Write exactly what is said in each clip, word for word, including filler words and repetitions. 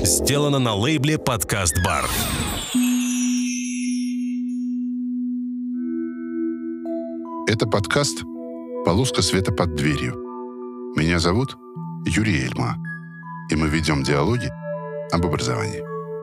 сделано на лейбле «Подкаст Бар». Это подкаст «Полоска света под дверью». Меня зовут Юрий Эльма, и мы ведем диалоги об образовании.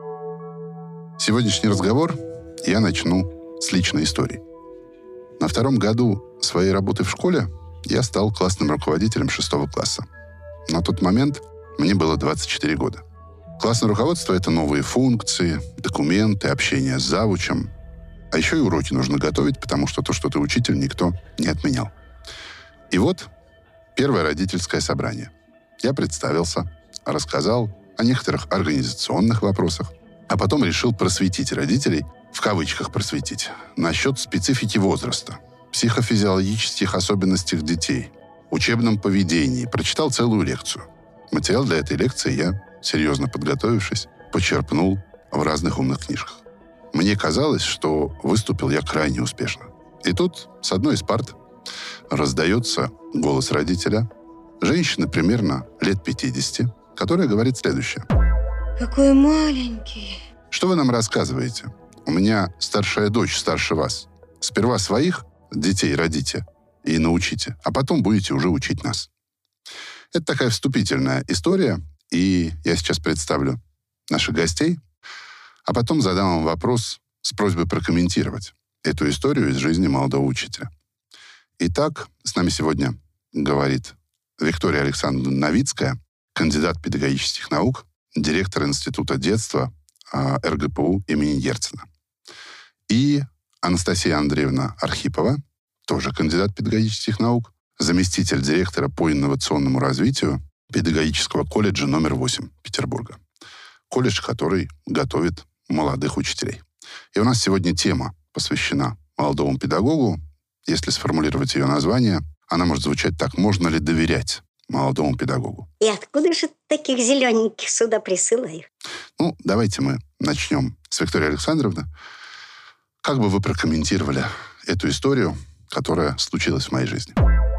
Сегодняшний разговор я начну с личной истории. На втором году своей работы в школе я стал классным руководителем шестого класса. На тот момент мне было двадцать четыре года. Классное руководство — это новые функции, документы, общение с завучем. А еще и уроки нужно готовить, потому что то, что ты учитель, никто не отменял. И вот первое родительское собрание. Я представился, рассказал о некоторых организационных вопросах, а потом решил просветить родителей, в кавычках просветить, насчет специфики возраста, психофизиологических особенностей детей, учебном поведении. Прочитал целую лекцию. Материал для этой лекции я, серьезно подготовившись, почерпнул в разных умных книжках. Мне казалось, что выступил я крайне успешно. И тут с одной из парт раздается голос родителя, женщины примерно лет пятидесяти, которая говорит следующее. Какой маленький. Что вы нам рассказываете? У меня старшая дочь старше вас. Сперва своих детей родите и научите, а потом будете уже учить нас. Это такая вступительная история, и я сейчас представлю наших гостей, а потом задам вам вопрос с просьбой прокомментировать эту историю из жизни молодого учителя. Итак, с нами сегодня говорит Виктория Александровна Новицкая, кандидат педагогических наук, директор Института детства эр гэ пэ у имени Герцена. И Анастасия Андреевна Архипова, тоже кандидат педагогических наук, заместитель директора по инновационному развитию педагогического колледжа номер восемь Петербурга. Колледж, который готовит молодых учителей. И у нас сегодня тема посвящена молодому педагогу. Если сформулировать ее название, она может звучать так: можно ли доверять молодому педагогу? И откуда же таких зелененьких сюда присылаю? Ну, давайте мы начнем с Виктории Александровны. Как бы вы прокомментировали эту историю, которая случилась в моей жизни?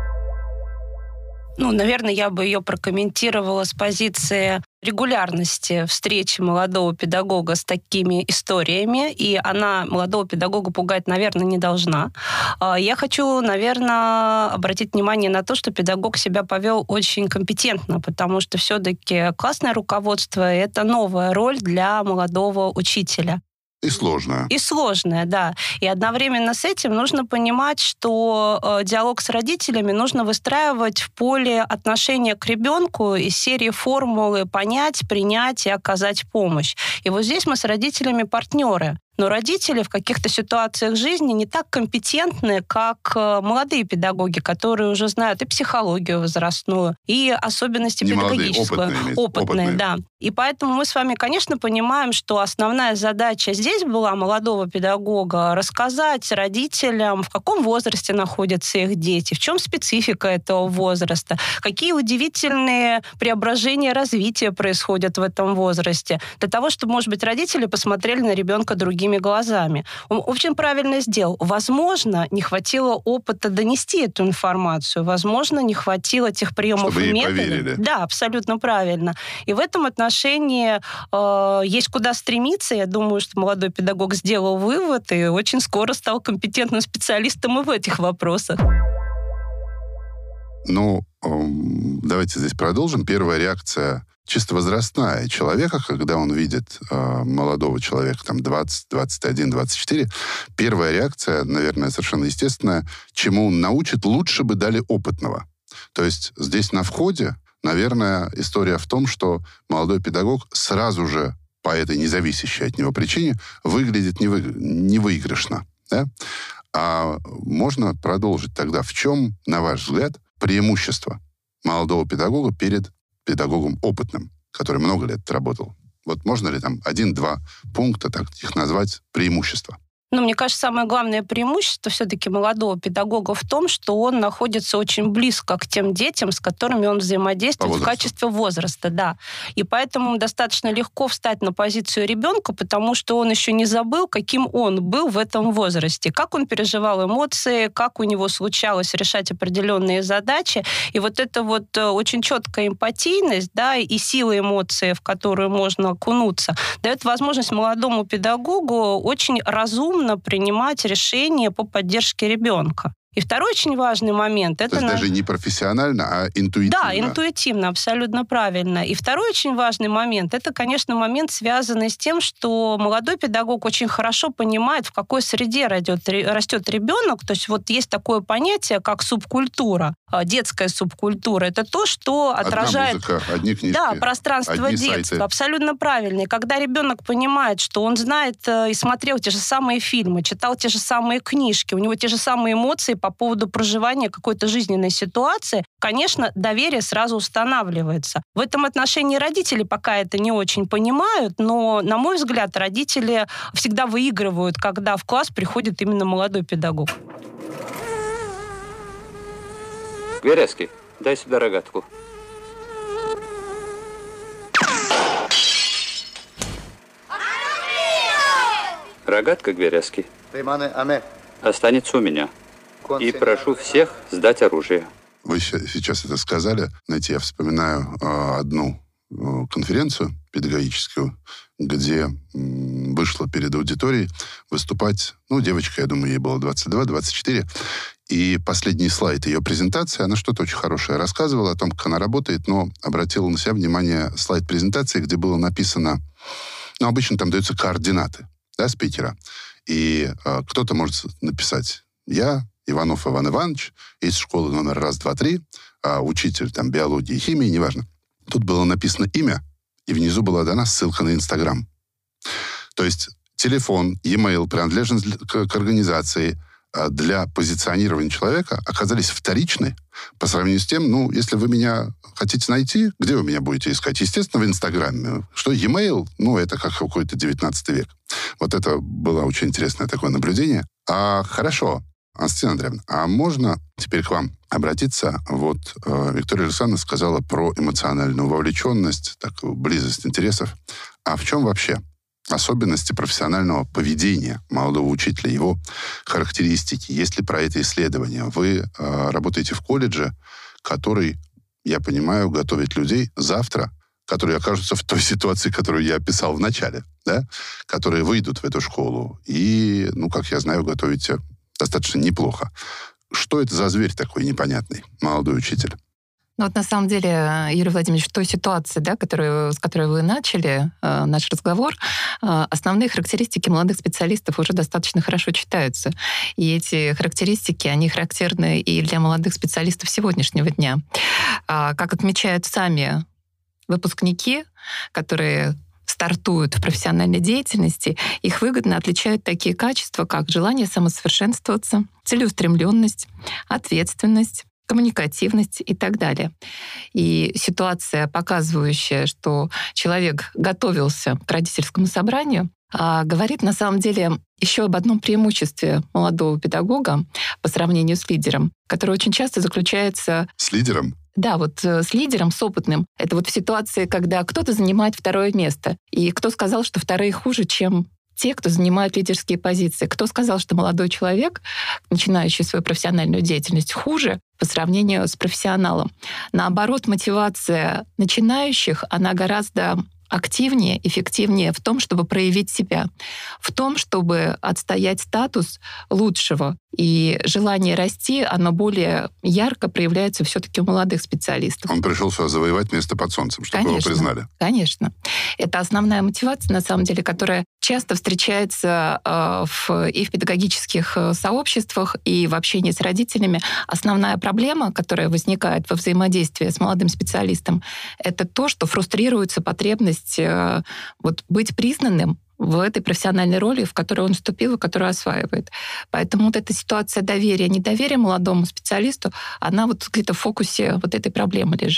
Ну, наверное, я бы ее прокомментировала с позиции регулярности встречи молодого педагога с такими историями, и она молодого педагога пугать, наверное, не должна. Я хочу, наверное, обратить внимание на то, что педагог себя повел очень компетентно, потому что все-таки классное руководство — это новая роль для молодого учителя. И сложная. И сложная, да. И одновременно с этим нужно понимать, что э, диалог с родителями нужно выстраивать в поле отношения к ребенку из серии формулы «понять», «принять» и «оказать помощь». И вот здесь мы с родителями партнеры. Но родители в каких-то ситуациях жизни не так компетентны, как молодые педагоги, которые уже знают и психологию возрастную, и особенности не педагогическую. Молодые, опытные, опытные, опытные, да. И поэтому мы с вами, конечно, понимаем, что основная задача здесь была молодого педагога — рассказать родителям, в каком возрасте находятся их дети, в чем специфика этого возраста, какие удивительные преображения развития происходят в этом возрасте, для того, чтобы, может быть, родители посмотрели на ребенка другими глазами. Он очень правильно сделал. Возможно, не хватило опыта донести эту информацию. Возможно, не хватило тех приемов чтобы и ей методов. поверили. Да, абсолютно правильно. И в этом отношении э, есть куда стремиться. Я думаю, что молодой педагог сделал вывод и очень скоро стал компетентным специалистом и в этих вопросах. Ну, давайте здесь продолжим. Первая реакция чисто возрастная человека, когда он видит э, молодого человека, там, двадцать, двадцать один, двадцать четыре, первая реакция, наверное, совершенно естественная: чему он научит, лучше бы дали опытного. То есть здесь на входе, наверное, история в том, что молодой педагог сразу же по этой независящей от него причине выглядит невы... невыигрышно. Да? А можно продолжить тогда, в чем, на ваш взгляд, преимущество молодого педагога перед педагогом опытным, который много лет работал? Вот можно ли там один-два пункта, так их назвать, преимущества? Ну, мне кажется, самое главное преимущество все-таки молодого педагога в том, что он находится очень близко к тем детям, с которыми он взаимодействует в качестве возраста, да. И поэтому достаточно легко встать на позицию ребенка, потому что он еще не забыл, каким он был в этом возрасте, как он переживал эмоции, как у него случалось решать определенные задачи. И вот эта вот очень четкая эмпатийность, да, и сила эмоций, в которую можно окунуться, дает возможность молодому педагогу очень разумно принимать решения по поддержке ребенка. И второй очень важный момент... То это есть на... даже не профессионально, а интуитивно. Да, интуитивно, абсолютно правильно. И второй очень важный момент, это, конечно, момент, связанный с тем, что молодой педагог очень хорошо понимает, в какой среде растет, растет ребенок. То есть вот есть такое понятие, как субкультура, детская субкультура. Это то, что отражает... Одна музыка, одни книжки, да, пространство одни детства. сайты. Абсолютно правильно. И когда ребенок понимает, что он знает и смотрел те же самые фильмы, читал те же самые книжки, у него те же самые эмоции по поводу проживания какой-то жизненной ситуации, конечно, доверие сразу устанавливается. В этом отношении родители пока это не очень понимают, но, на мой взгляд, родители всегда выигрывают, когда в класс приходит именно молодой педагог. Гверевский, дай сюда рогатку. Рогатка, Гверевский, останется у меня. И прошу всех сдать оружие. Вы сейчас это сказали. Знаете, я вспоминаю э, одну э, конференцию педагогическую, где м, вышла перед аудиторией выступать, ну, девочка, я думаю, ей было двадцать два двадцать четыре, и последний слайд ее презентации, она что-то очень хорошее рассказывала о том, как она работает, но обратила на себя внимание слайд презентации, где было написано, ну, обычно там даются координаты, да, спикера, и э, кто-то может написать «Я, Иванов Иван Иванович, из школы номер раз, два, три, а учитель там биологии и химии, неважно». Тут было написано имя, и внизу была дана ссылка на Инстаграм. То есть телефон, e-mail, принадлежность к, к организации для позиционирования человека оказались вторичны по сравнению с тем, ну, если вы меня хотите найти, где вы меня будете искать? Естественно, в Инстаграме. Что e-mail? Ну, это как какой-то девятнадцатый век. Вот это было очень интересное такое наблюдение. А, хорошо. Анастасия Андреевна, а можно теперь к вам обратиться? Вот э, Виктория Александровна сказала про эмоциональную вовлеченность, такую близость интересов. А в чем вообще особенности профессионального поведения молодого учителя, его характеристики? Есть ли про это исследование? Вы э, работаете в колледже, который, я понимаю, готовит людей завтра, которые окажутся в той ситуации, которую я описал в начале, да? Которые выйдут в эту школу и, ну, как я знаю, готовите достаточно неплохо. Что это за зверь такой непонятный, молодой учитель? Ну вот на самом деле, Юрий Владимирович, в той ситуации, да, которую, с которой вы начали э, наш разговор, э, основные характеристики молодых специалистов уже достаточно хорошо читаются. И эти характеристики, они характерны и для молодых специалистов сегодняшнего дня. А, как отмечают сами выпускники, которые стартуют в профессиональной деятельности, их выгодно отличают такие качества, как желание самосовершенствоваться, целеустремленность, ответственность, коммуникативность и так далее. И ситуация, показывающая, что человек готовился к родительскому собранию, говорит на самом деле еще об одном преимуществе молодого педагога по сравнению с лидером, которое очень часто заключается... С лидером? Да, вот с лидером, с опытным. Это вот в ситуации, когда кто-то занимает второе место. И кто сказал, что вторые хуже, чем те, кто занимает лидерские позиции? Кто сказал, что молодой человек, начинающий свою профессиональную деятельность, хуже по сравнению с профессионалом? Наоборот, мотивация начинающих, она гораздо активнее, эффективнее в том, чтобы проявить себя, в том, чтобы отстоять статус лучшего. И желание расти, оно более ярко проявляется все-таки у молодых специалистов. Он пришел сюда завоевать место под солнцем, чтобы конечно, его признали. Конечно. Это основная мотивация, на самом деле, которая часто встречается э, в, и в педагогических сообществах, и в общении с родителями. Основная проблема, которая возникает во взаимодействии с молодым специалистом, это то, что фрустрируется потребность э, вот, быть признанным в этой профессиональной роли, в которую он вступил и которую осваивает. Поэтому вот эта ситуация доверия, недоверия молодому специалисту, она вот где-то в фокусе вот этой проблемы лежит.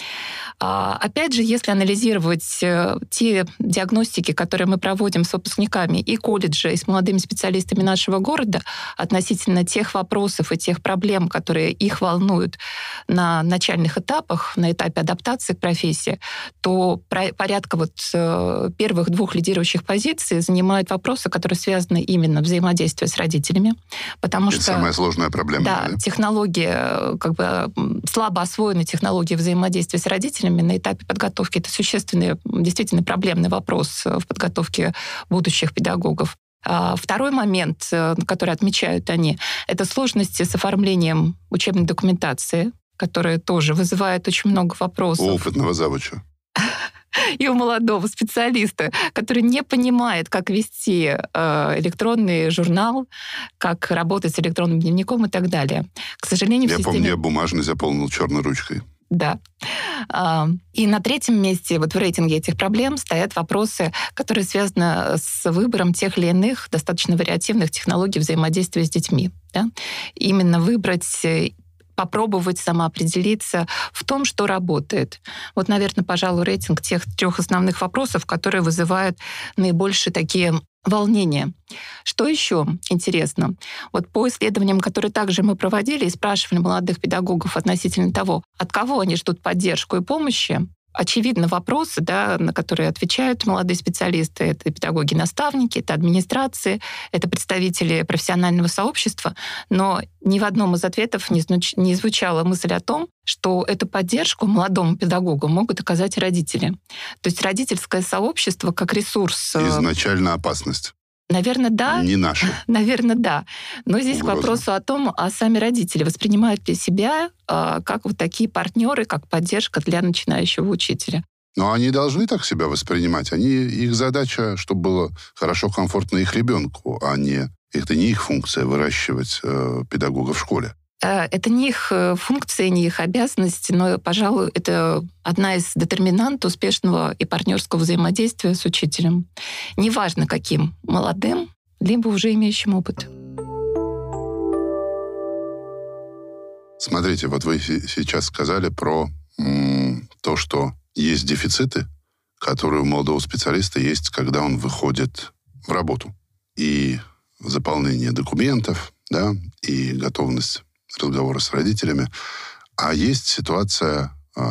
Опять же, если анализировать те диагностики, которые мы проводим с выпускниками и колледжа, и с молодыми специалистами нашего города относительно тех вопросов и тех проблем, которые их волнуют на начальных этапах, на этапе адаптации к профессии, то порядка вот первых двух лидирующих позиций занимают вопросы, которые связаны именно с взаимодействием с родителями, потому Это что... самая сложная проблема. Да, да? технология, как бы слабо освоены технологии взаимодействия с родителями на этапе подготовки. Это существенный, действительно проблемный вопрос в подготовке будущих педагогов. А второй момент, который отмечают они, это сложности с оформлением учебной документации, которая тоже вызывает очень много вопросов. У опытного завуча. И у молодого специалиста, который не понимает, как вести электронный журнал, как работать с электронным дневником и так далее. К сожалению, я в системе... помню, я бумажный заполнил черной ручкой. Да. И на третьем месте вот в рейтинге этих проблем стоят вопросы, которые связаны с выбором тех или иных достаточно вариативных технологий взаимодействия с детьми. Да? Именно выбрать, попробовать самоопределиться в том, что работает. Вот, наверное, пожалуй, рейтинг тех трех основных вопросов, которые вызывают наибольшие такие волнения. Что еще интересно? Вот по исследованиям, которые также мы проводили и спрашивали молодых педагогов относительно того, от кого они ждут поддержку и помощи, очевидно, вопросы, да, на которые отвечают молодые специалисты, это педагоги-наставники, это администрации, это представители профессионального сообщества, но ни в одном из ответов не, звуч... не звучала мысль о том, что эту поддержку молодому педагогу могут оказать родители. То есть родительское сообщество как ресурс... Изначально опасность. Наверное, да. Не наши. Наверное, да. Но здесь Угроза. К вопросу о том, а сами родители воспринимают ли себя э, как вот такие партнеры, как поддержка для начинающего учителя. Но они должны так себя воспринимать. Они, их задача, чтобы было хорошо, комфортно их ребенку, а не... Это не их функция выращивать э, педагога в школе. Это не их функция, не их обязанность, но, пожалуй, это одна из детерминант успешного и партнерского взаимодействия с учителем. Неважно, каким, молодым, либо уже имеющим опыт. Смотрите, вот вы сейчас сказали про м, то, что есть дефициты, которые у молодого специалиста есть, когда он выходит в работу. И заполнение документов, да, и готовность разговора с родителями. А есть ситуация,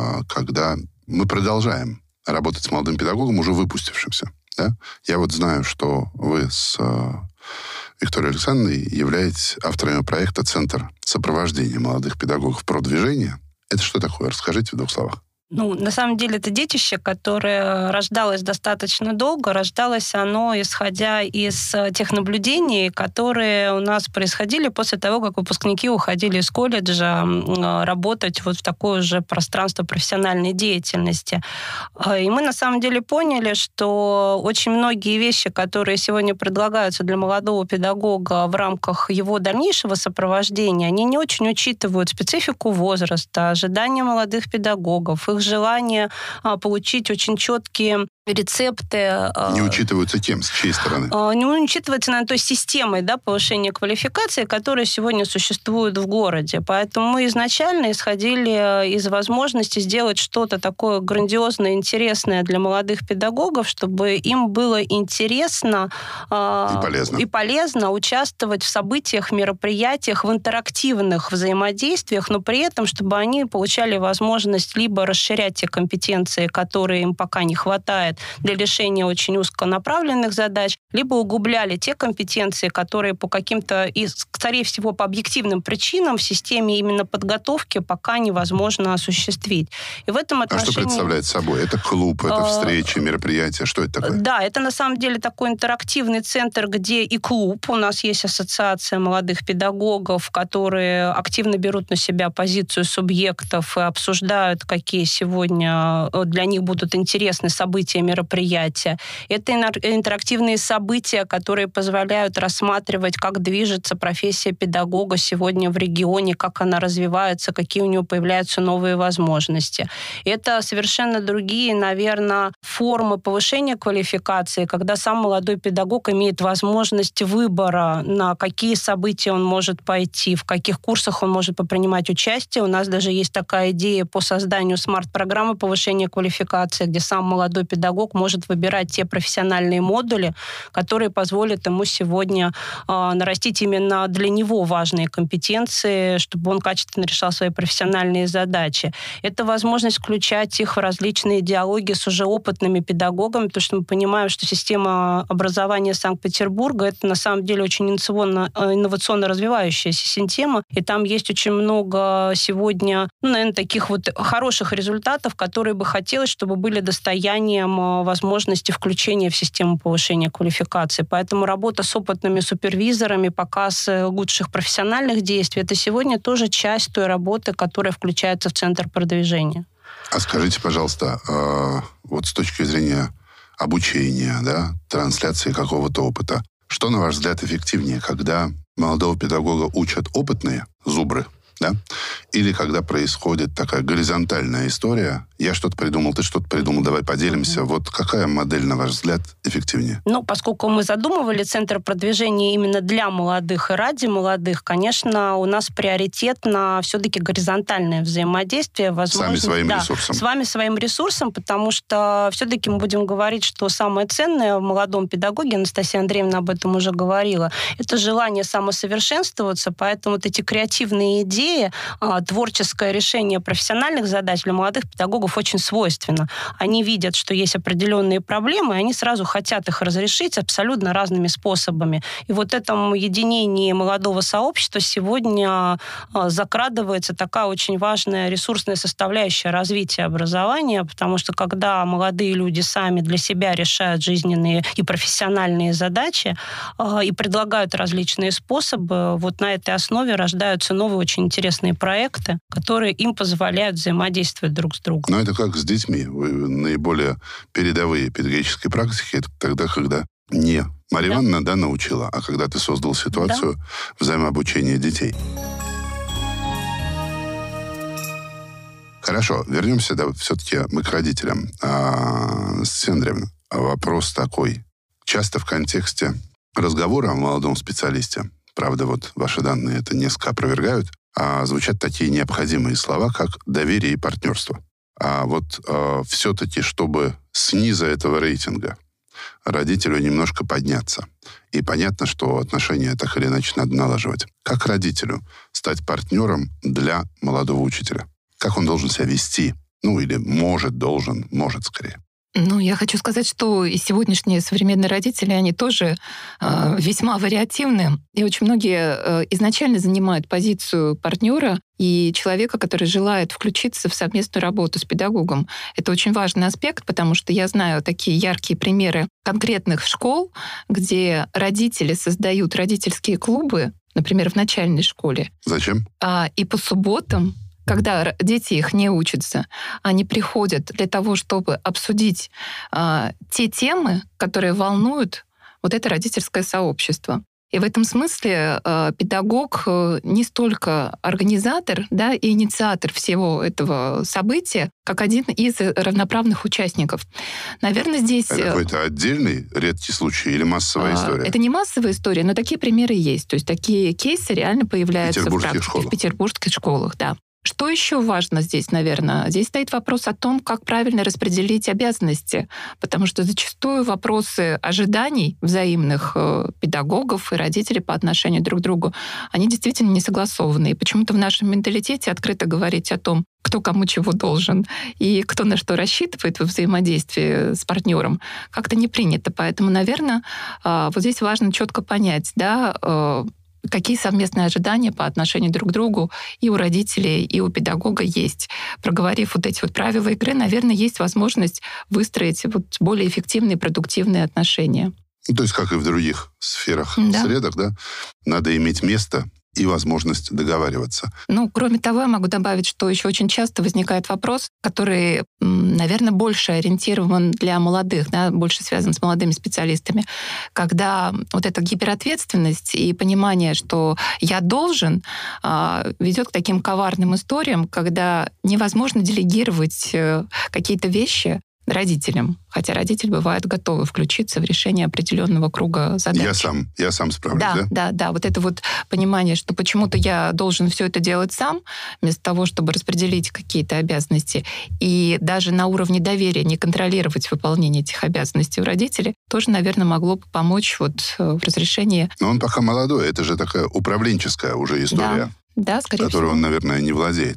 когда мы продолжаем работать с молодым педагогом, уже выпустившимся. Да? Я вот знаю, что вы с Викторией Александровной являетесь авторами проекта «Центр сопровождения молодых педагогов про движение». Это что такое? Расскажите в двух словах. Ну, на самом деле, это детище, которое рождалось достаточно долго. Рождалось оно, исходя из тех наблюдений, которые у нас происходили после того, как выпускники уходили из колледжа работать вот в такое же пространство профессиональной деятельности. И мы, на самом деле, поняли, что очень многие вещи, которые сегодня предлагаются для молодого педагога в рамках его дальнейшего сопровождения, они не очень учитывают специфику возраста, ожидания молодых педагогов, их желание а, получить очень четкие рецепты. Не учитываются кем? С чьей стороны? Не учитывается, наверное, той системой, да, повышения квалификации, которая сегодня существует в городе. Поэтому мы изначально исходили из возможности сделать что-то такое грандиозное, интересное для молодых педагогов, чтобы им было интересно и полезно, и полезно участвовать в событиях, мероприятиях, в интерактивных взаимодействиях, но при этом, чтобы они получали возможность либо расширять те компетенции, которые им пока не хватает для решения очень узконаправленных задач, либо углубляли те компетенции, которые по каким-то, и, скорее всего, по объективным причинам в системе именно подготовки пока невозможно осуществить. И в этом отношении... А что представляет собой? Это клуб, это встречи, мероприятия? Что это такое? Да, это на самом деле такой интерактивный центр, где и клуб. У нас есть ассоциация молодых педагогов, которые активно берут на себя позицию субъектов и обсуждают, какие сегодня для них будут интересны события, мероприятия. Это интерактивные события, которые позволяют рассматривать, как движется профессия педагога сегодня в регионе, как она развивается, какие у нее появляются новые возможности. Это совершенно другие, наверное, формы повышения квалификации, когда сам молодой педагог имеет возможность выбора, на какие события он может пойти, в каких курсах он может попринимать участие. У нас даже есть такая идея по созданию смарт-программы повышения квалификации, где сам молодой педагог может выбирать те профессиональные модули, которые позволят ему сегодня э, нарастить именно для него важные компетенции, чтобы он качественно решал свои профессиональные задачи. Это возможность включать их в различные диалоги с уже опытными педагогами, потому что мы понимаем, что система образования Санкт-Петербурга — это на самом деле очень инновационно, инновационно развивающаяся система, и там есть очень много сегодня, ну, наверное, таких вот хороших результатов, которые бы хотелось, чтобы были достоянием возможности включения в систему повышения квалификации. Поэтому работа с опытными супервизорами, показ лучших профессиональных действий — это сегодня тоже часть той работы, которая включается в центр продвижения. А скажите, пожалуйста, э, вот с точки зрения обучения, да, трансляции какого-то опыта, что, на ваш взгляд, эффективнее, когда молодого педагога учат опытные зубры, да? Или когда происходит такая горизонтальная история, я что-то придумал, ты что-то придумал, давай поделимся. Mm-hmm. Вот какая модель, на ваш взгляд, эффективнее? Ну, поскольку мы задумывали центр продвижения именно для молодых и ради молодых, конечно, у нас приоритет на все-таки горизонтальное взаимодействие. Сами своим да, ресурсом. С вами своим ресурсом, потому что все-таки мы будем говорить, что самое ценное в молодом педагоге, Анастасия Андреевна об этом уже говорила, это желание самосовершенствоваться, поэтому вот эти креативные идеи, творческое решение профессиональных задач для молодых педагогов очень свойственно. Они видят, что есть определенные проблемы, и они сразу хотят их разрешить абсолютно разными способами. И вот этому единении молодого сообщества сегодня закрадывается такая очень важная ресурсная составляющая развития образования, потому что когда молодые люди сами для себя решают жизненные и профессиональные задачи и предлагают различные способы, вот на этой основе рождаются новые очень интересные проекты, которые им позволяют взаимодействовать друг с другом. Но это как с детьми. Наиболее передовые педагогические практики — это тогда, когда не Марья да. Ивановна да, научила, а когда ты создал ситуацию да. взаимообучения детей. Хорошо, вернемся да, все-таки мы к родителям. А, Светлана Андреевна, вопрос такой. Часто в контексте разговора о молодом специалисте, правда, вот ваши данные это несколько опровергают, а звучат такие необходимые слова, как доверие и партнерство. А вот э, все-таки, чтобы снизу этого рейтинга родителю немножко подняться, и понятно, что отношения так или иначе надо налаживать, как родителю стать партнером для молодого учителя? Как он должен себя вести? Ну, или может, должен, может скорее. Ну, я хочу сказать, что и сегодняшние современные родители, они тоже э, весьма вариативны. И очень многие э, изначально занимают позицию партнера и человека, который желает включиться в совместную работу с педагогом. Это очень важный аспект, потому что я знаю такие яркие примеры конкретных школ, где родители создают родительские клубы, например, в начальной школе. Зачем? А, и по субботам, когда дети их не учатся, они приходят для того, чтобы обсудить а, те темы, которые волнуют вот это родительское сообщество. И в этом смысле э, педагог э, не столько организатор, да, и инициатор всего этого события, как один из равноправных участников. Наверное, здесь... Это какой-то отдельный редкий случай или массовая история? Это не массовая история, но такие примеры есть. То есть такие кейсы реально появляются в практике школах. в петербургских школах. Да. Что еще важно здесь, наверное? Здесь стоит вопрос о том, как правильно распределить обязанности, потому что зачастую вопросы ожиданий взаимных педагогов и родителей по отношению друг к другу, они действительно не согласованы. И почему-то в нашем менталитете открыто говорить о том, кто кому чего должен и кто на что рассчитывает во взаимодействии с партнером, как-то не принято. Поэтому, наверное, вот здесь важно четко понять, да, какие совместные ожидания по отношению друг к другу и у родителей, и у педагога есть. Проговорив вот эти вот правила игры, наверное, есть возможность выстроить вот более эффективные, продуктивные отношения. Ну, то есть, как и в других сферах, да. средах, да, надо иметь место и возможность договариваться. Ну, кроме того, я могу добавить, что еще очень часто возникает вопрос, который, наверное, больше ориентирован для молодых, да, больше связан с молодыми специалистами, когда вот эта гиперответственность и понимание, что я должен, ведет к таким коварным историям, когда невозможно делегировать какие-то вещи родителям, хотя родители бывают готовы включиться в решение определенного круга задач. Я сам, я сам справлюсь, да? Да, да, да. Вот это вот понимание, что почему-то я должен все это делать сам, вместо того, чтобы распределить какие-то обязанности, и даже на уровне доверия не контролировать выполнение этих обязанностей у родителей, тоже, наверное, могло бы помочь вот в разрешении... Но он пока молодой, это же такая управленческая уже история, да, да, скорее которой всего. он, наверное, не владеет.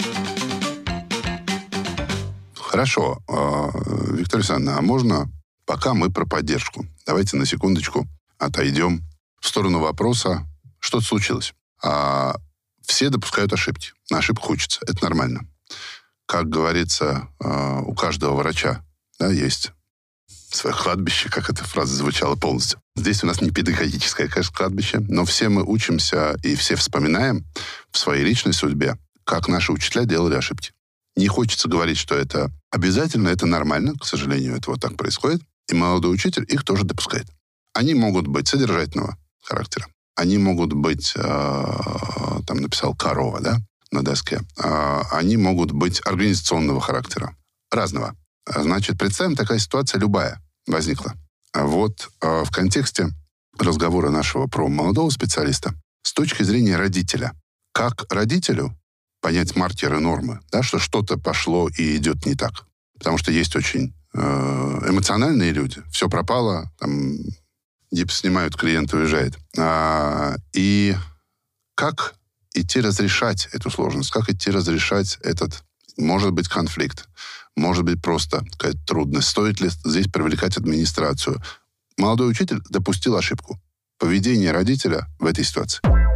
Хорошо, Виктория Александровна, а можно, пока мы про поддержку, давайте на секундочку отойдем в сторону вопроса, что случилось. А, все допускают ошибки. На ошибках учатся. Это нормально. Как говорится, у каждого врача, да, есть свое кладбище, как эта фраза звучала полностью. Здесь у нас не педагогическое, конечно, кладбище, но все мы учимся и все вспоминаем в своей личной судьбе, как наши учителя делали ошибки. Не хочется говорить, что это обязательно, это нормально. К сожалению, это вот так происходит. И молодой учитель их тоже допускает. Они могут быть содержательного характера. Они могут быть, э, там написал корова, да, на доске. Э, они могут быть организационного характера. Разного. Значит, представим, такая ситуация любая возникла. Вот э, в контексте разговора нашего про молодого специалиста, с точки зрения родителя, как родителю понять маркеры нормы, да, что что-то пошло и идет не так. Потому что есть очень э, эмоциональные люди. Все пропало, там, гипс снимают, клиент уезжает. А, и как идти разрешать эту сложность, как идти разрешать этот, может быть, конфликт, может быть, просто какая-то трудность. Стоит ли здесь привлекать администрацию? Молодой учитель допустил ошибку. Поведение родителя в этой ситуации.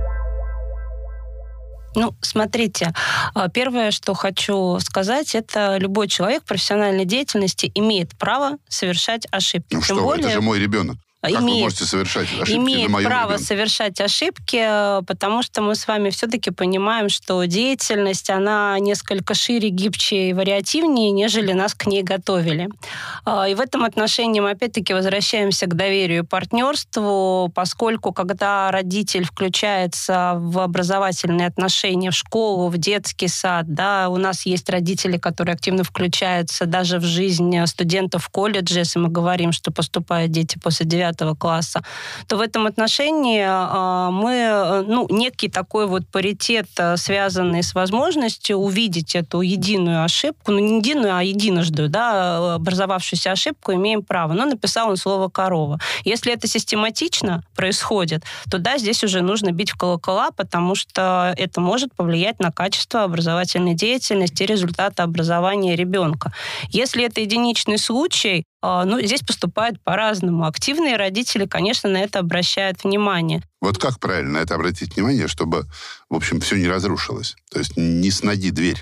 Ну, смотрите, первое, что хочу сказать, это любой человек в профессиональной деятельности имеет право совершать ошибки. Ну Тем что более, вы, это же мой ребенок. Как имеет, вы можете совершать ошибки имеет на моем право ребенке? совершать ошибки, потому что мы с вами все-таки понимаем, что деятельность, она несколько шире, гибче и вариативнее, нежели нас к ней готовили. И в этом отношении мы опять-таки возвращаемся к доверию и партнерству, поскольку когда родитель включается в образовательные отношения, в школу, в детский сад, да, у нас есть родители, которые активно включаются даже в жизнь студентов в колледже, если мы говорим, что поступают дети после девятого класса, то в этом отношении э, мы, ну, некий такой вот паритет, связанный с возможностью увидеть эту единую ошибку, ну, не единую, а единожды, да, образовавшуюся ошибку, имеем право. Но написал он слово «корова». Если это систематично происходит, то да, здесь уже нужно бить в колокола, потому что это может повлиять на качество образовательной деятельности и результаты образования ребенка. Если это единичный случай, ну, здесь поступают по-разному. Активные родители, конечно, на это обращают внимание. Вот как правильно на это обратить внимание, чтобы, в общем, все не разрушилось? То есть не с ноги дверь.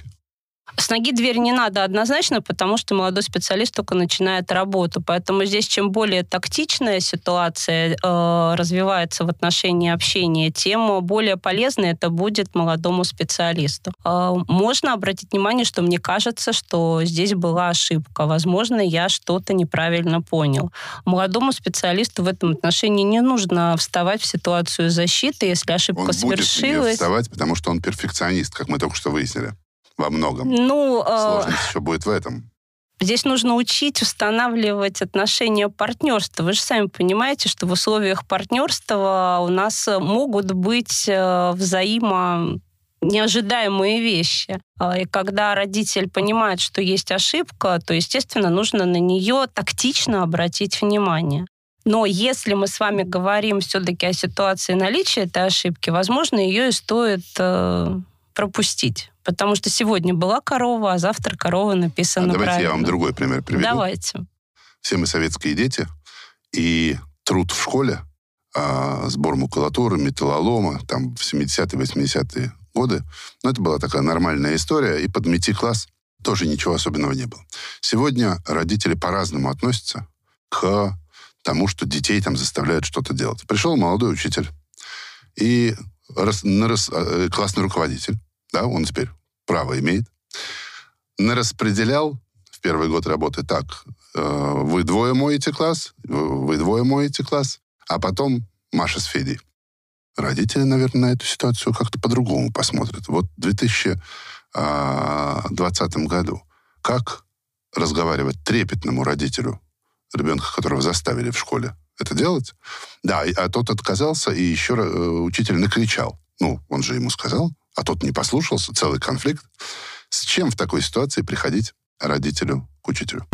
С ноги дверь не надо однозначно, потому что молодой специалист только начинает работу. Поэтому здесь чем более тактичная ситуация э, развивается в отношении общения, тем более полезно это будет молодому специалисту. Э, можно обратить внимание, что мне кажется, что здесь была ошибка. Возможно, я что-то неправильно понял. Молодому специалисту в этом отношении не нужно вставать в ситуацию защиты, если ошибка он совершилась. Он будет не вставать, потому что он перфекционист, как мы только что выяснили. Во многом. Ну, Сложность э... еще будет в этом. Здесь нужно учить устанавливать отношения партнерства. Вы же сами понимаете, что в условиях партнерства у нас могут быть взаимо неожидаемые вещи. И когда родитель понимает, что есть ошибка, то, естественно, нужно на нее тактично обратить внимание. Но если мы с вами говорим все-таки о ситуации наличия этой ошибки, возможно, ее и стоит э, пропустить. Потому что сегодня была корова, а завтра корова написана а давайте правильно. Я вам другой пример приведу. Давайте. Все мы советские дети, и труд в школе, а, сбор макулатуры, металлолома, там в семидесятые, восьмидесятые годы, ну, это была такая нормальная история, и под мети-класс тоже ничего особенного не было. Сегодня родители по-разному относятся к тому, что детей там заставляют что-то делать. Пришел молодой учитель и рас, на рас, классный руководитель, да, он теперь право имеет, нараспределял в первый год работы так, вы двое моете класс, вы двое моете класс, а потом Маша с Федей. Родители, наверное, на эту ситуацию как-то по-другому посмотрят. Вот в две тысячи двадцатом году как разговаривать трепетному родителю ребенка, которого заставили в школе это делать? Да, а тот отказался, и еще учитель накричал. Ну, он же ему сказал, а тот не послушался, целый конфликт. С чем в такой ситуации приходить родителю к учителю?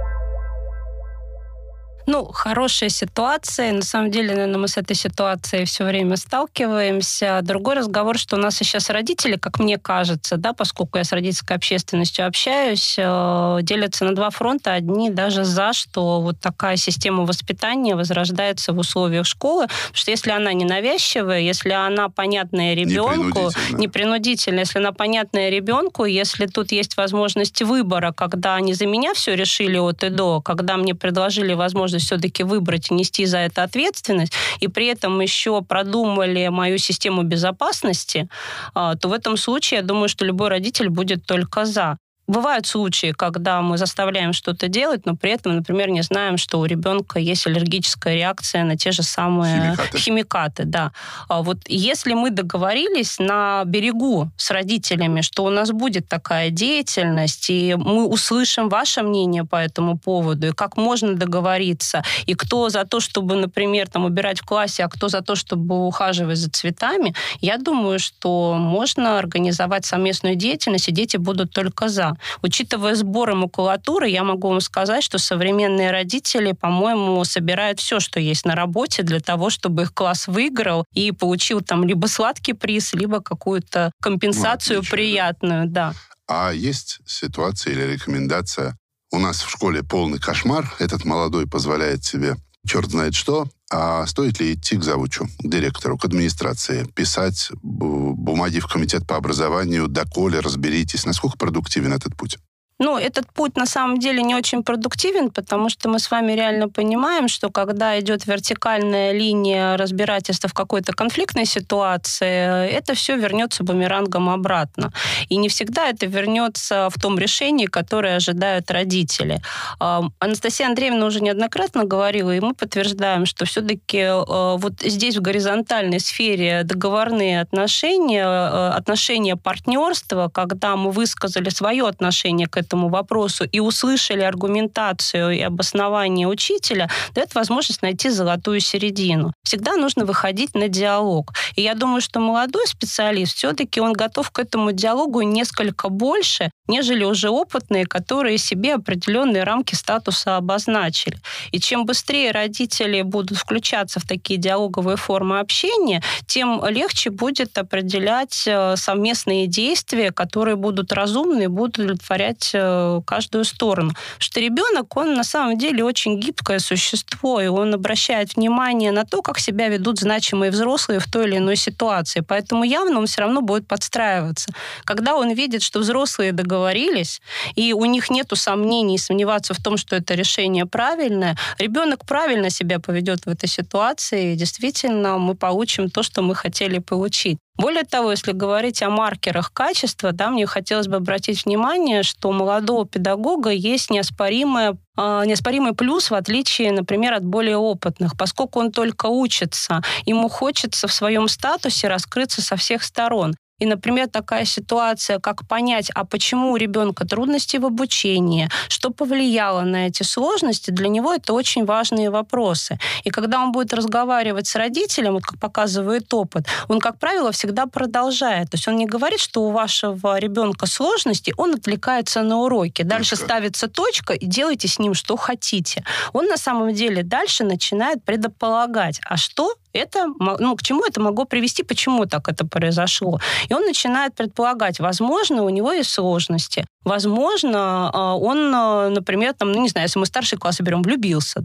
Ну, хорошая ситуация. На самом деле, наверное, мы с этой ситуацией все время сталкиваемся. Другой разговор, что у нас сейчас родители, как мне кажется, да, поскольку я с родительской общественностью общаюсь, делятся на два фронта. Одни даже за, что вот такая система воспитания возрождается в условиях школы. Потому что если она ненавязчивая, если она понятная ребенку, непринудительная, если она понятная ребенку, если тут есть возможность выбора, когда они за меня все решили от и до, когда мне предложили возможность все-таки выбрать и нести за это ответственность, и при этом еще продумали мою систему безопасности, то в этом случае, я думаю, что любой родитель будет только за. Бывают случаи, когда мы заставляем что-то делать, но при этом, например, не знаем, что у ребенка есть аллергическая реакция на те же самые химикаты. химикаты да. Вот если мы договорились на берегу с родителями, что у нас будет такая деятельность, и мы услышим ваше мнение по этому поводу, и как можно договориться, и кто за то, чтобы, например, там, убирать в классе, а кто за то, чтобы ухаживать за цветами, я думаю, что можно организовать совместную деятельность, и дети будут только за. Учитывая сборы макулатуры, я могу вам сказать, что современные родители, по-моему, собирают все, что есть на работе, для того, чтобы их класс выиграл и получил там либо сладкий приз, либо какую-то компенсацию ну, отлично, приятную. Да. А есть ситуация или рекомендация? У нас в школе полный кошмар. Этот молодой позволяет себе черт знает что. А стоит ли идти к завучу, к директору, к администрации, писать бумаги в комитет по образованию, доколе разберитесь, насколько продуктивен этот путь? Ну, этот путь на самом деле не очень продуктивен, потому что мы с вами реально понимаем, что когда идет вертикальная линия разбирательства в какой-то конфликтной ситуации, это все вернется бумерангом обратно. И не всегда это вернется в том решении, которое ожидают родители. Анастасия Андреевна уже неоднократно говорила, и мы подтверждаем, что все-таки вот здесь в горизонтальной сфере договорные отношения, отношения партнерства, когда мы высказали свое отношение к этому вопросу и услышали аргументацию и обоснование учителя, дает возможность найти золотую середину. Всегда нужно выходить на диалог. И я думаю, что молодой специалист все-таки он готов к этому диалогу несколько больше, нежели уже опытные, которые себе определенные рамки статуса обозначили. И чем быстрее родители будут включаться в такие диалоговые формы общения, тем легче будет определять совместные действия, которые будут разумны и будут удовлетворять каждую сторону. Потому что ребенок, он на самом деле очень гибкое существо, и он обращает внимание на то, как себя ведут значимые взрослые в той или иной ситуации. Поэтому явно он все равно будет подстраиваться. Когда он видит, что взрослые договорились, и у них нету сомнений сомневаться в том, что это решение правильное, ребенок правильно себя поведет в этой ситуации, и действительно мы получим то, что мы хотели получить. Более того, если говорить о маркерах качества, да, мне хотелось бы обратить внимание, что у молодого педагога есть неоспоримое, э, неоспоримый плюс, в отличие, например, от более опытных. Поскольку он только учится, ему хочется в своем статусе раскрыться со всех сторон. И, например, такая ситуация, как понять, а почему у ребенка трудности в обучении, что повлияло на эти сложности, для него это очень важные вопросы. И когда он будет разговаривать с родителем, вот как показывает опыт, он, как правило, всегда продолжает. То есть он не говорит, что у вашего ребенка сложности, он отвлекается на уроки. Дальше точка. Ставится точка, и делайте с ним что хотите. Он на самом деле дальше начинает предполагать, а что это, ну, к чему это могло привести, почему так это произошло. И он начинает предполагать, возможно, у него есть сложности. Возможно, он, например, там, ну, не знаю, если мы старший класс берем, влюбился, да,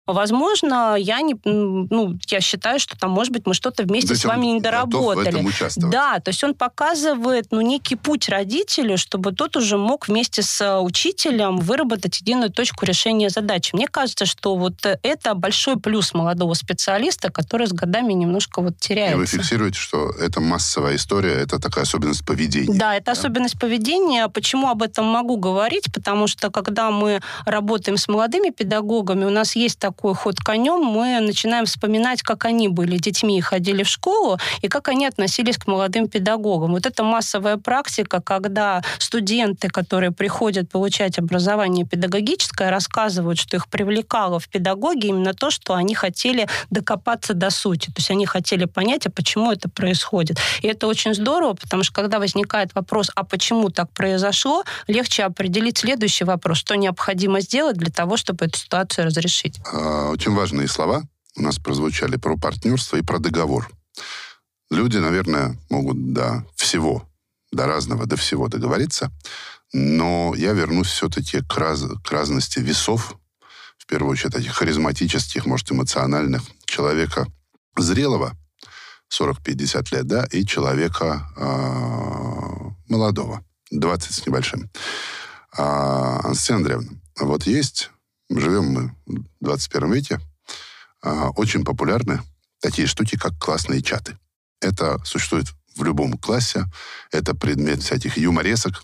Возможно, я не, ну, я считаю, что там, может быть, мы что-то вместе с вами не доработали. В этом участвовать. Да, то есть он показывает, ну, некий путь родителю, чтобы тот уже мог вместе с учителем выработать единую точку решения задачи. Мне кажется, что вот это большой плюс молодого специалиста, который с годами немножко вот теряется. И вы фиксируете, что это массовая история, это такая особенность поведения. Да, это да? особенность поведения. Почему об этом могу говорить? Потому что, когда мы работаем с молодыми педагогами, у нас есть такой такой ход конем, мы начинаем вспоминать, как они были детьми и ходили в школу, и как они относились к молодым педагогам. Вот это массовая практика, когда студенты, которые приходят получать образование педагогическое, рассказывают, что их привлекало в педагоге именно то, что они хотели докопаться до сути. То есть они хотели понять, а почему это происходит. И это очень здорово, потому что когда возникает вопрос, а почему так произошло, легче определить следующий вопрос, что необходимо сделать для того, чтобы эту ситуацию разрешить. Очень важные слова у нас прозвучали про партнерство и про договор. Люди, наверное, могут до всего, до разного, до всего договориться, но я вернусь все-таки к, раз, к разности весов, в первую очередь этих харизматических, может, эмоциональных, человека зрелого, сорок-пятьдесят лет, да, и человека э, молодого, двадцать с небольшим. А, Анастасия Андреевна, вот есть... Живем мы в двадцать первом веке. Очень популярны такие штуки, как классные чаты. Это существует в любом классе. Это предмет всяких юморесок,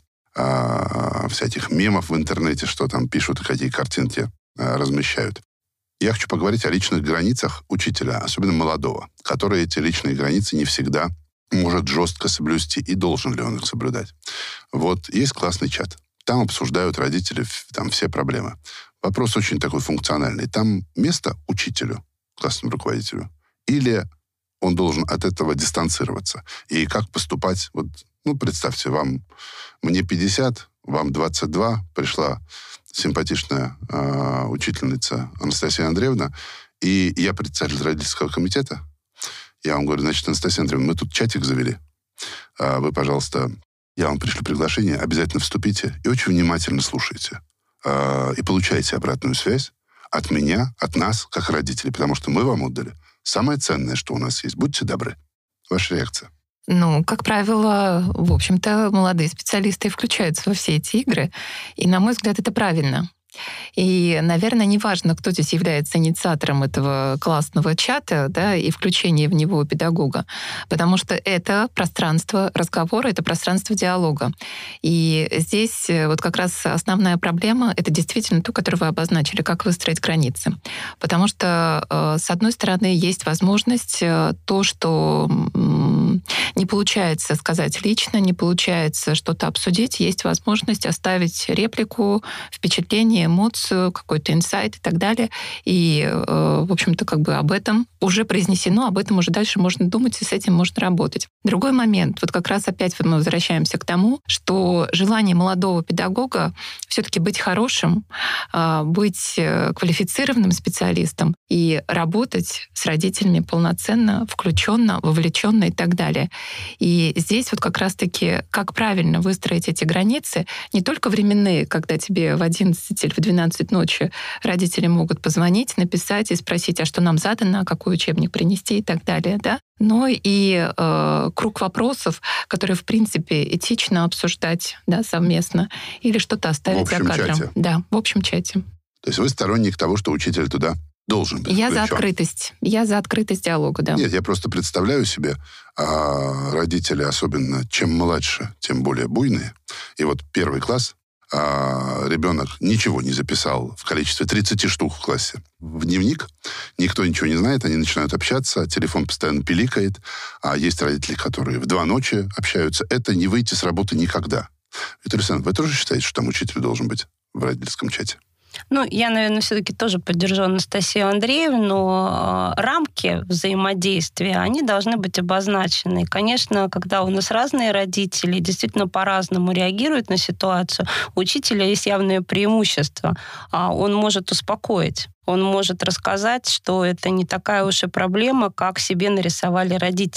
всяких мемов в интернете, что там пишут и какие картинки размещают. Я хочу поговорить о личных границах учителя, особенно молодого, который эти личные границы не всегда может жестко соблюсти, и должен ли он их соблюдать. Вот есть классный чат. Там обсуждают родители там, все проблемы. Вопрос очень такой функциональный. Там место учителю, классному руководителю, или он должен от этого дистанцироваться? И как поступать? Вот, ну, представьте, вам, мне пятьдесят, вам двадцать два, пришла симпатичная э, учительница Анастасия Андреевна, и я председатель родительского комитета. Я вам говорю, значит, Анастасия Андреевна, мы тут чатик завели. А вы, пожалуйста, я вам пришлю приглашение, обязательно вступите и очень внимательно слушайте. Э, и получайте обратную связь от меня, от нас, как родителей, потому что мы вам отдали самое ценное, что у нас есть. Будьте добры. Ваша реакция? Ну, как правило, в общем-то, молодые специалисты включаются во все эти игры, и, на мой взгляд, это правильно. И, наверное, неважно, кто здесь является инициатором этого классного чата, да, и включения в него педагога, потому что это пространство разговора, это пространство диалога. И здесь вот как раз основная проблема — это действительно то, которую вы обозначили, как выстроить границы. Потому что, с одной стороны, есть возможность то, что не получается сказать лично, не получается что-то обсудить, есть возможность оставить реплику, впечатление, эмоцию, какой-то инсайт и так далее. И, в общем-то, как бы об этом уже произнесено, об этом уже дальше можно думать, и с этим можно работать. Другой момент. Вот как раз опять мы возвращаемся к тому, что желание молодого педагога все-таки быть хорошим, быть квалифицированным специалистом и работать с родителями полноценно, включенно, вовлеченно и так далее. И здесь вот как раз-таки, как правильно выстроить эти границы, не только временные, когда тебе в одиннадцать или в двенадцать ночи родители могут позвонить, написать и спросить, а что нам задано, какой учебник принести и так далее, да, но и э, круг вопросов, которые, в принципе, этично обсуждать, да, совместно, или что-то оставить за кадром. Чате. Да, в общем чате. То есть вы сторонник того, что учитель туда должен быть Я включен. за открытость. Я за открытость диалога, да. Нет, я просто представляю себе, а, родители, особенно чем младше, тем более буйные. И вот первый класс, а, ребенок ничего не записал в количестве тридцати штук в классе в дневник, никто ничего не знает, они начинают общаться, телефон постоянно пиликает, а есть родители, которые в два ночи общаются. Это не выйти с работы никогда. Виктория Александровна, вы тоже считаете, что там учитель должен быть в родительском чате? Ну, я, наверное, все-таки тоже поддержу Анастасию Андреевну, но рамки взаимодействия, они должны быть обозначены. И, конечно, когда у нас разные родители, действительно по-разному реагируют на ситуацию, у учителя есть явное преимущество. Он может успокоить. Он может рассказать, что это не такая уж и проблема, как себе нарисовали родители.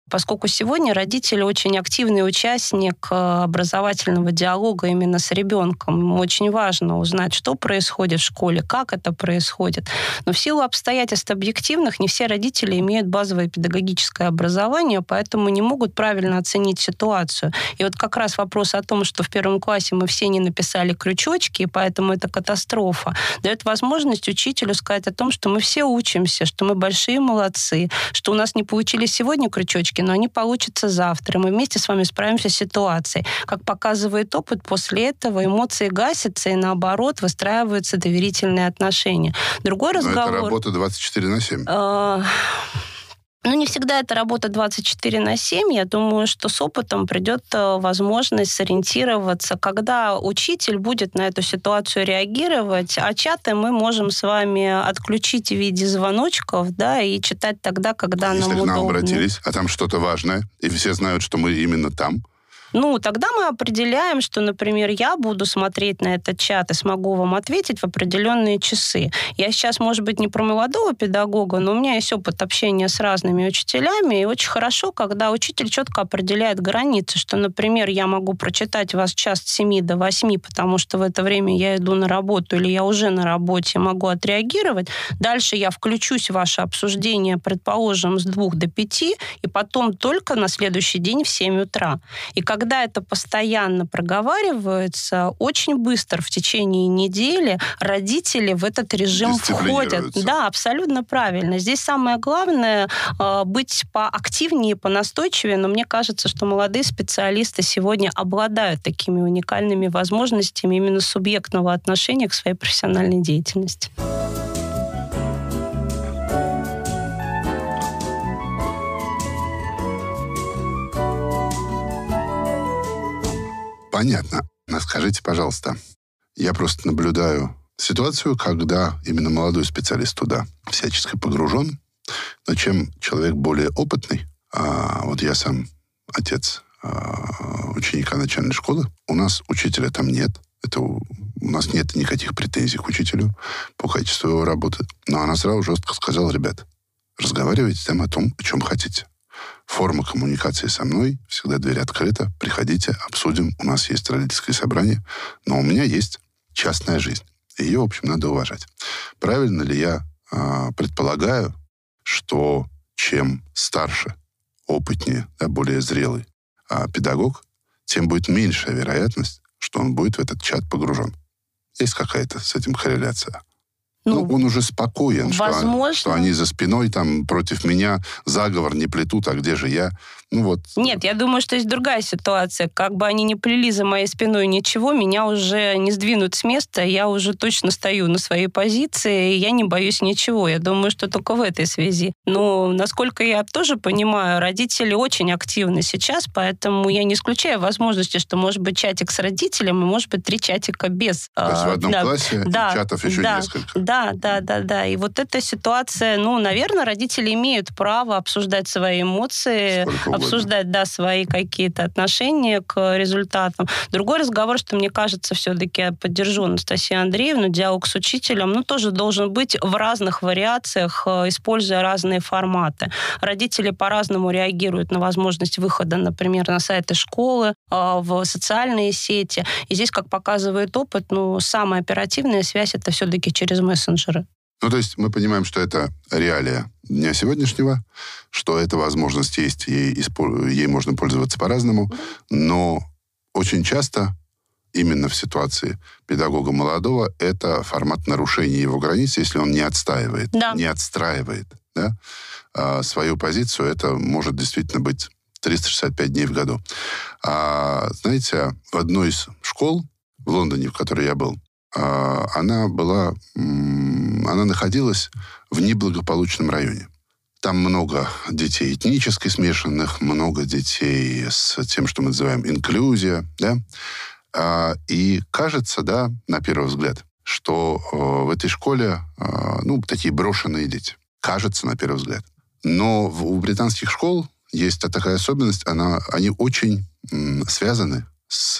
Поскольку сегодня родители очень активный участник образовательного диалога именно с ребенком. Ему очень важно узнать, что происходит в школе, как это происходит. Но в силу обстоятельств объективных не все родители имеют базовое педагогическое образование, поэтому не могут правильно оценить ситуацию. И вот как раз вопрос о том, что в первом классе мы все не написали крючочки, и поэтому это катастрофа, дает возможность учителю сказать о том, что мы все учимся, что мы большие молодцы, что у нас не получились сегодня крючочки, но они получатся завтра. Мы вместе с вами справимся с ситуацией. Как показывает опыт, после этого эмоции гасятся, и наоборот выстраиваются доверительные отношения. Другой но разговор... это работа двадцать четыре на семь. Ну, не всегда это работа двадцать четыре на семь. Я думаю, что с опытом придет возможность сориентироваться, когда учитель будет на эту ситуацию реагировать, а чаты мы можем с вами отключить в виде звоночков, да, и читать тогда, когда Если нам к удобно. нам обратились, а там что-то важное, и все знают, что мы именно там, Ну, тогда мы определяем, что, например, я буду смотреть на этот чат и смогу вам ответить в определенные часы. Я сейчас, может быть, не про молодого педагога, но у меня есть опыт общения с разными учителями, и очень хорошо, когда учитель четко определяет границы, что, например, я могу прочитать вас час с семи до восьми, потому что в это время я иду на работу или я уже на работе, могу отреагировать. Дальше я включусь в ваше обсуждение, предположим, с двух до пяти, и потом только на следующий день в семь утра. И как Когда это постоянно проговаривается, очень быстро в течение недели родители в этот режим входят. Да, абсолютно правильно. Здесь самое главное э, быть поактивнее, понастойчивее, но мне кажется, что молодые специалисты сегодня обладают такими уникальными возможностями именно субъектного отношения к своей профессиональной деятельности. понятно. Но скажите, пожалуйста, я просто наблюдаю ситуацию, когда именно молодой специалист туда всячески погружен, но чем человек более опытный, а вот я сам отец а, ученика начальной школы, у нас учителя там нет, это у, у нас нет никаких претензий к учителю по качеству его работы, но она сразу жестко сказала: ребят, разговаривайте там о том, о чем хотите. Форма коммуникации со мной, всегда дверь открыта, приходите, обсудим, у нас есть родительское собрание, но у меня есть частная жизнь. Ее, в общем, надо уважать. Правильно ли я э, предполагаю, что чем старше, опытнее, да, более зрелый э, педагог, тем будет меньшая вероятность, что он будет в этот чат погружен? Есть какая-то с этим корреляция? Ну, ну, он уже спокоен, возможно... что, что они за спиной там против меня заговор не плетут, а где же я? Ну вот. Нет, я думаю, что есть другая ситуация. Как бы они ни плели за моей спиной ничего, меня уже не сдвинут с места, я уже точно стою на своей позиции, и я не боюсь ничего. Я думаю, что только в этой связи. Но, насколько я тоже понимаю, родители очень активны сейчас, поэтому я не исключаю возможности, что может быть чатик с родителем, и может быть три чатика без. То есть в одном да, классе да, чатов еще да, несколько. Да, да, да, да. И вот эта ситуация, ну, наверное, родители имеют право обсуждать свои эмоции, обсуждать, да, свои какие-то отношения к результатам. Другой разговор, что мне кажется, все-таки я поддержу Анастасию Андреевну, диалог с учителем, ну, тоже должен быть в разных вариациях, используя разные форматы. Родители по-разному реагируют на возможность выхода, например, на сайты школы, в социальные сети. И здесь, как показывает опыт, ну, самая оперативная связь — это все-таки через мессенджеры. Ну, то есть мы понимаем, что это реалия дня сегодняшнего, что эта возможность есть, ей, ей можно пользоваться по-разному, но очень часто именно в ситуации педагога молодого это формат нарушения его границ, если он не отстаивает, да. не отстраивает, да, а свою позицию. Это может действительно быть триста шестьдесят пять дней в году. А, знаете, в одной из школ в Лондоне, в которой я был, она была, она находилась в неблагополучном районе. Там много детей этнически смешанных, много детей с тем, что мы называем инклюзия, да. И кажется, да, на первый взгляд, что в этой школе, ну, такие брошенные дети. Кажется, на первый взгляд. Но у британских школ есть такая особенность, она, они очень связаны с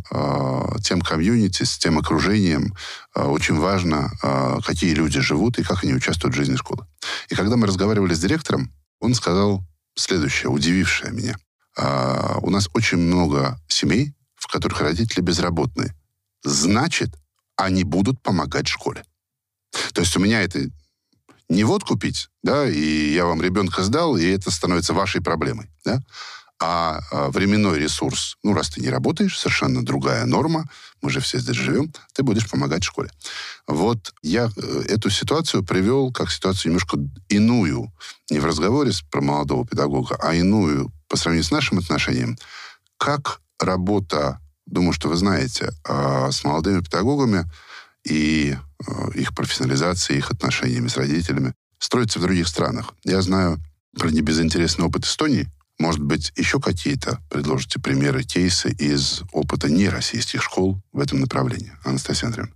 э, тем комьюнити, с тем окружением. Э, очень важно, э, какие люди живут и как они участвуют в жизни школы. И когда мы разговаривали с директором, он сказал следующее, удивившее меня. А, у нас очень много семей, в которых родители безработные. Значит, они будут помогать школе. То есть у меня это не водку пить, да, и я вам ребенка сдал, и это становится вашей проблемой, да, а, а временной ресурс, ну, раз ты не работаешь, совершенно другая норма, мы же все здесь живем, ты будешь помогать школе. Вот я эту ситуацию привел как ситуацию немножко иную, не в разговоре про молодого педагога, а иную по сравнению с нашим отношением, как работа, думаю, что вы знаете, с молодыми педагогами и их профессионализацией, их отношениями с родителями строится в других странах. Я знаю про небезынтересный опыт Эстонии. Может быть, еще какие-то предложите примеры, кейсы из опыта нероссийских школ в этом направлении? Анастасия Андреевна.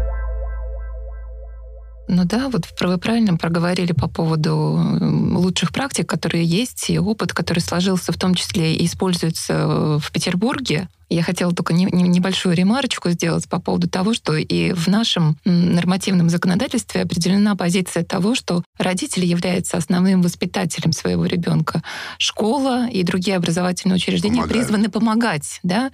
Ну да, вот вы правильно проговорили по поводу лучших практик, которые есть, и опыт, который сложился в том числе и используется в Петербурге. Я хотела только не, не, небольшую ремарочку сделать по поводу того, что и в нашем нормативном законодательстве определена позиция того, что родитель является основным воспитателем своего ребенка. Школа и другие образовательные учреждения Помогают. призваны помогать, да,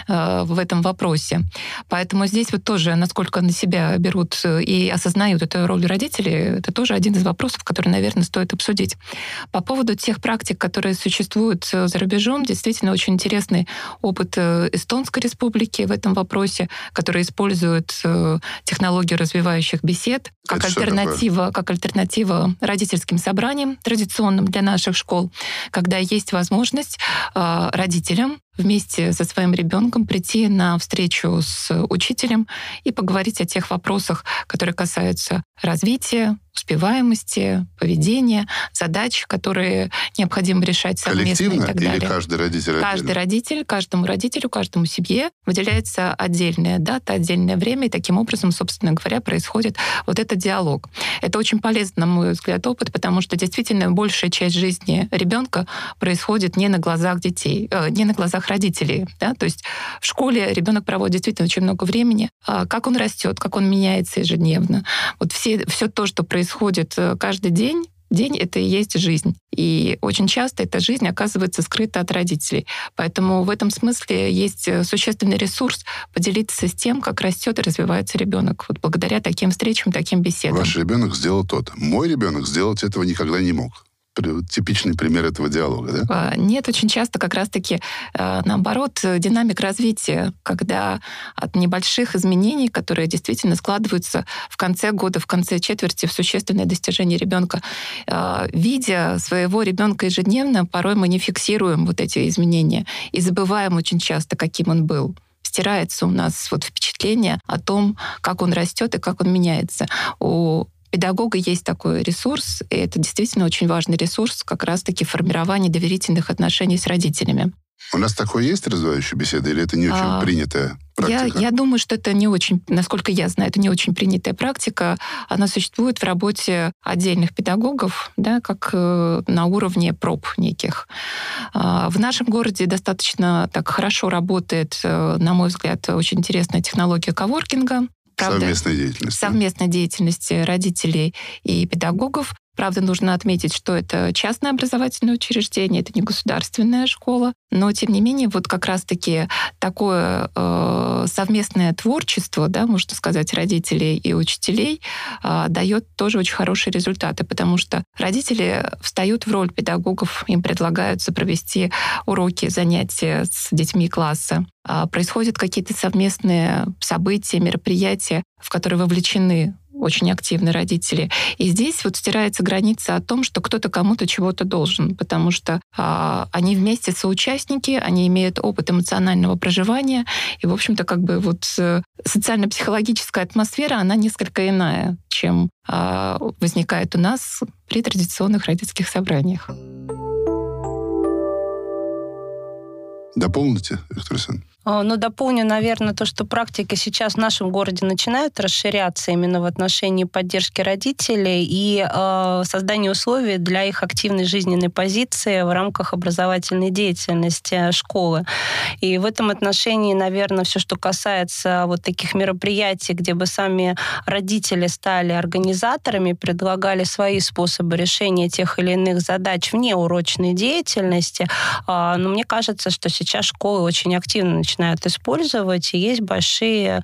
в этом вопросе. Поэтому здесь вот тоже, насколько на себя берут и осознают эту роль родителей, это тоже один из вопросов, который, наверное, стоит обсудить. По поводу тех практик, которые существуют за рубежом, действительно очень интересный опыт Эстонской республики в этом вопросе, которые используют э, технологию развивающих бесед как альтернатива, как альтернатива родительским собраниям, традиционным для наших школ, когда есть возможность э, родителям вместе со своим ребенком прийти на встречу с учителем и поговорить о тех вопросах, которые касаются развития, успеваемости, поведения, задач, которые необходимо решать совместно и так далее. Или каждый родитель Каждый отдельно? родитель, каждому родителю, каждому семье выделяется отдельная дата, отдельное время, и таким образом, собственно говоря, происходит вот этот диалог. Это очень полезный, на мой взгляд, опыт, потому что действительно большая часть жизни ребенка происходит не на глазах детей, э, не на глазах родителей. Да? То есть в школе ребенок проводит действительно очень много времени. А как он растет, как он меняется ежедневно. Вот все, все то, что происходит каждый день, день — это и есть жизнь. И очень часто эта жизнь оказывается скрыта от родителей. Поэтому в этом смысле есть существенный ресурс поделиться с тем, как растет и развивается ребенок. Вот благодаря таким встречам, таким беседам. Ваш ребенок сделал то-то. Мой ребенок сделать этого никогда не мог. Типичный пример этого диалога, да? Нет, очень часто как раз-таки наоборот динамик развития, когда от небольших изменений, которые действительно складываются в конце года, в конце четверти в существенное достижение ребенка, видя своего ребенка ежедневно, порой мы не фиксируем вот эти изменения и забываем очень часто, каким он был. Стирается у нас вот впечатление о том, как он растет и как он меняется. У педагога есть такой ресурс, и это действительно очень важный ресурс, как раз-таки формирование доверительных отношений с родителями. У нас такое есть развивающая беседа, или это не очень а, принятая практика? Я, я думаю, что это не очень, насколько я знаю, это не очень принятая практика. Она существует в работе отдельных педагогов, да, как на уровне проб неких. В нашем городе достаточно так хорошо работает, на мой взгляд, очень интересная технология коворкинга. Правда, совместной деятельности. Совместной деятельности родителей и педагогов. Правда, нужно отметить, что это частное образовательное учреждение, это не государственная школа, но, тем не менее, вот как раз-таки такое э, совместное творчество, да, можно сказать, родителей и учителей э, дает тоже очень хорошие результаты, потому что родители встают в роль педагогов, им предлагаются провести уроки, занятия с детьми класса. Э, происходят какие-то совместные события, мероприятия, в которые вовлечены очень активны родители. И здесь вот стирается граница о том, что кто-то кому-то чего-то должен, потому что а, они вместе соучастники, они имеют опыт эмоционального проживания, и, в общем-то, как бы вот социально-психологическая атмосфера, она несколько иная, чем а, возникает у нас при традиционных родительских собраниях. Дополните, Виктория Александровна? Ну, дополню, наверное, то, что практики сейчас в нашем городе начинают расширяться именно в отношении поддержки родителей и э, создания условий для их активной жизненной позиции в рамках образовательной деятельности школы. И в этом отношении, наверное, все, что касается вот таких мероприятий, где бы сами родители стали организаторами, предлагали свои способы решения тех или иных задач вне урочной деятельности, э, но мне кажется, что сейчас школы очень активно начинают начинают использовать, и есть большие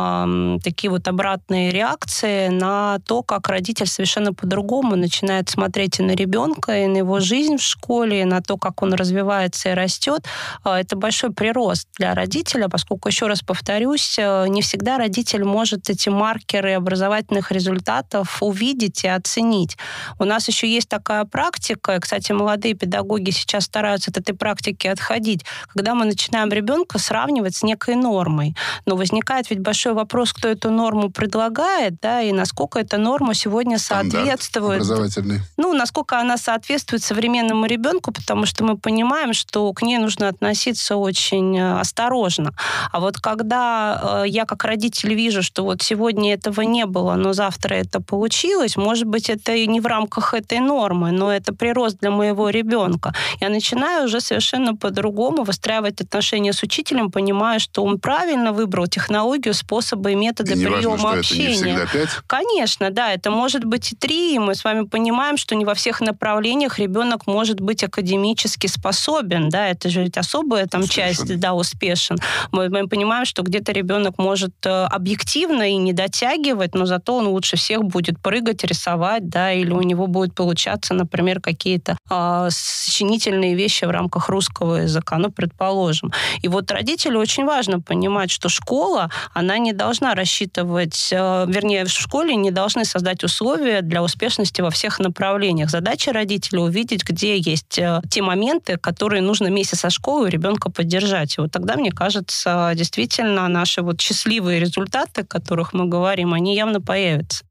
э, такие вот обратные реакции на то, как родитель совершенно по-другому начинает смотреть и на ребенка, и на его жизнь в школе, и на то, как он развивается и растет. Э, это большой прирост для родителя, поскольку, еще раз повторюсь, э, не всегда родитель может эти маркеры образовательных результатов увидеть и оценить. У нас еще есть такая практика, и, кстати, молодые педагоги сейчас стараются от этой практики отходить, когда мы начинаем ребенка сравнивать с некой нормой. Но возникает ведь большой вопрос, кто эту норму предлагает, да, и насколько эта норма сегодня соответствует... Образовательный. Ну, насколько она соответствует современному ребенку, потому что мы понимаем, что к ней нужно относиться очень осторожно. А вот когда э, я как родитель вижу, что вот сегодня этого не было, но завтра это получилось, может быть, это и не в рамках этой нормы, но это прирост для моего ребенка. Я начинаю уже совершенно по-другому выстраивать отношения с учителем, понимая, что он правильно выбрал технологию, способы и методы и приема важно, общения. Это не всегда пять? Конечно, да, это может быть и три, и мы с вами понимаем, что не во всех направлениях ребенок может быть академически способен, да, это же ведь особая там успешен. часть, да, успешен. Мы, мы понимаем, что где-то ребенок может объективно и не дотягивать, но зато он лучше всех будет прыгать, рисовать, да, или у него будет получаться, например, какие-то э, сочинительные вещи в рамках русского языка, ну, предположим. И вот родители очень важно понимать, что школа, она не должна рассчитывать, э, вернее, в школе не должны создать условия для успешности во всех направлениях. Задача родителя увидеть, где есть э, те моменты, которые нужно вместе со школой у ребенка поддержать. И вот тогда, мне кажется, действительно наши вот счастливые результаты, о которых мы говорим, они явно появятся.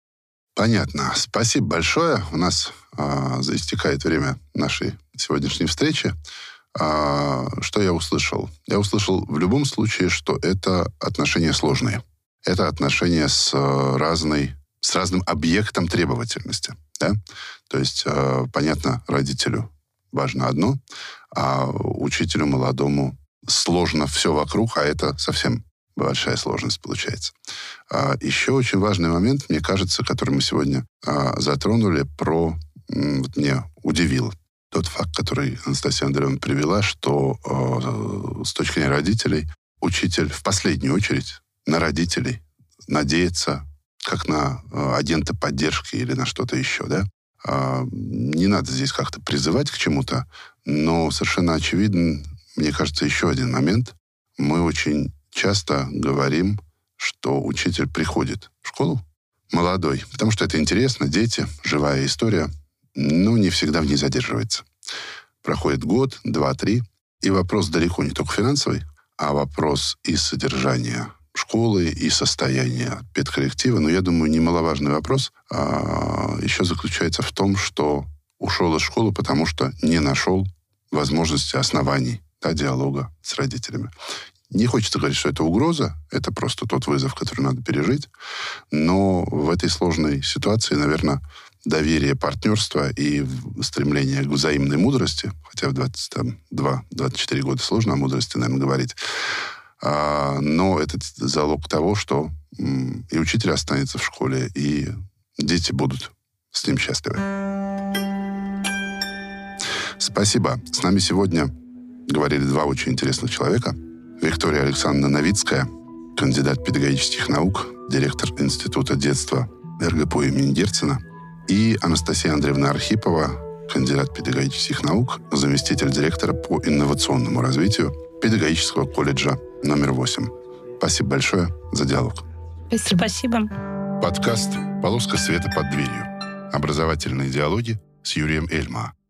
Понятно. Спасибо большое. У нас э, заистекает время нашей сегодняшней встречи. Что я услышал? Я услышал в любом случае, что это отношения сложные. Это отношения с, разной, с разным объектом требовательности. Да? То есть, понятно, родителю важно одно, а учителю молодому сложно все вокруг, а это совсем большая сложность получается. Еще очень важный момент, мне кажется, который мы сегодня затронули, про... Вот меня удивило. Тот факт, который Анастасия Андреевна привела, что э, с точки зрения родителей учитель в последнюю очередь на родителей надеется как на э, агента поддержки или на что-то еще. Да? Э, не надо здесь как-то призывать к чему-то, но совершенно очевиден, мне кажется, еще один момент. Мы очень часто говорим, что учитель приходит в школу молодой, потому что это интересно, дети, живая история, но не всегда в ней задерживается. Проходит год, два, три, и вопрос далеко не только финансовый, а вопрос и содержания школы, и состояния педколлектива. Но я думаю, немаловажный вопрос а, еще заключается в том, что ушел из школы, потому что не нашел возможности, оснований, да, диалога с родителями. Не хочется говорить, что это угроза, это просто тот вызов, который надо пережить. Но в этой сложной ситуации, наверное, доверие, партнерство и стремление к взаимной мудрости, хотя в двадцать два - двадцать четыре года сложно о мудрости, наверное, говорить, но это залог того, что и учитель останется в школе, и дети будут с ним счастливы. Спасибо. С нами сегодня говорили два очень интересных человека. Виктория Александровна Новицкая, кандидат педагогических наук, директор Института детства эр гэ пэ о имени Герцена, и Анастасия Андреевна Архипова, кандидат педагогических наук, заместитель директора по инновационному развитию педагогического колледжа номер восемь. Спасибо большое за диалог. Спасибо. Спасибо. Подкаст «Полоска света под дверью». Образовательные диалоги с Юрием Эльма.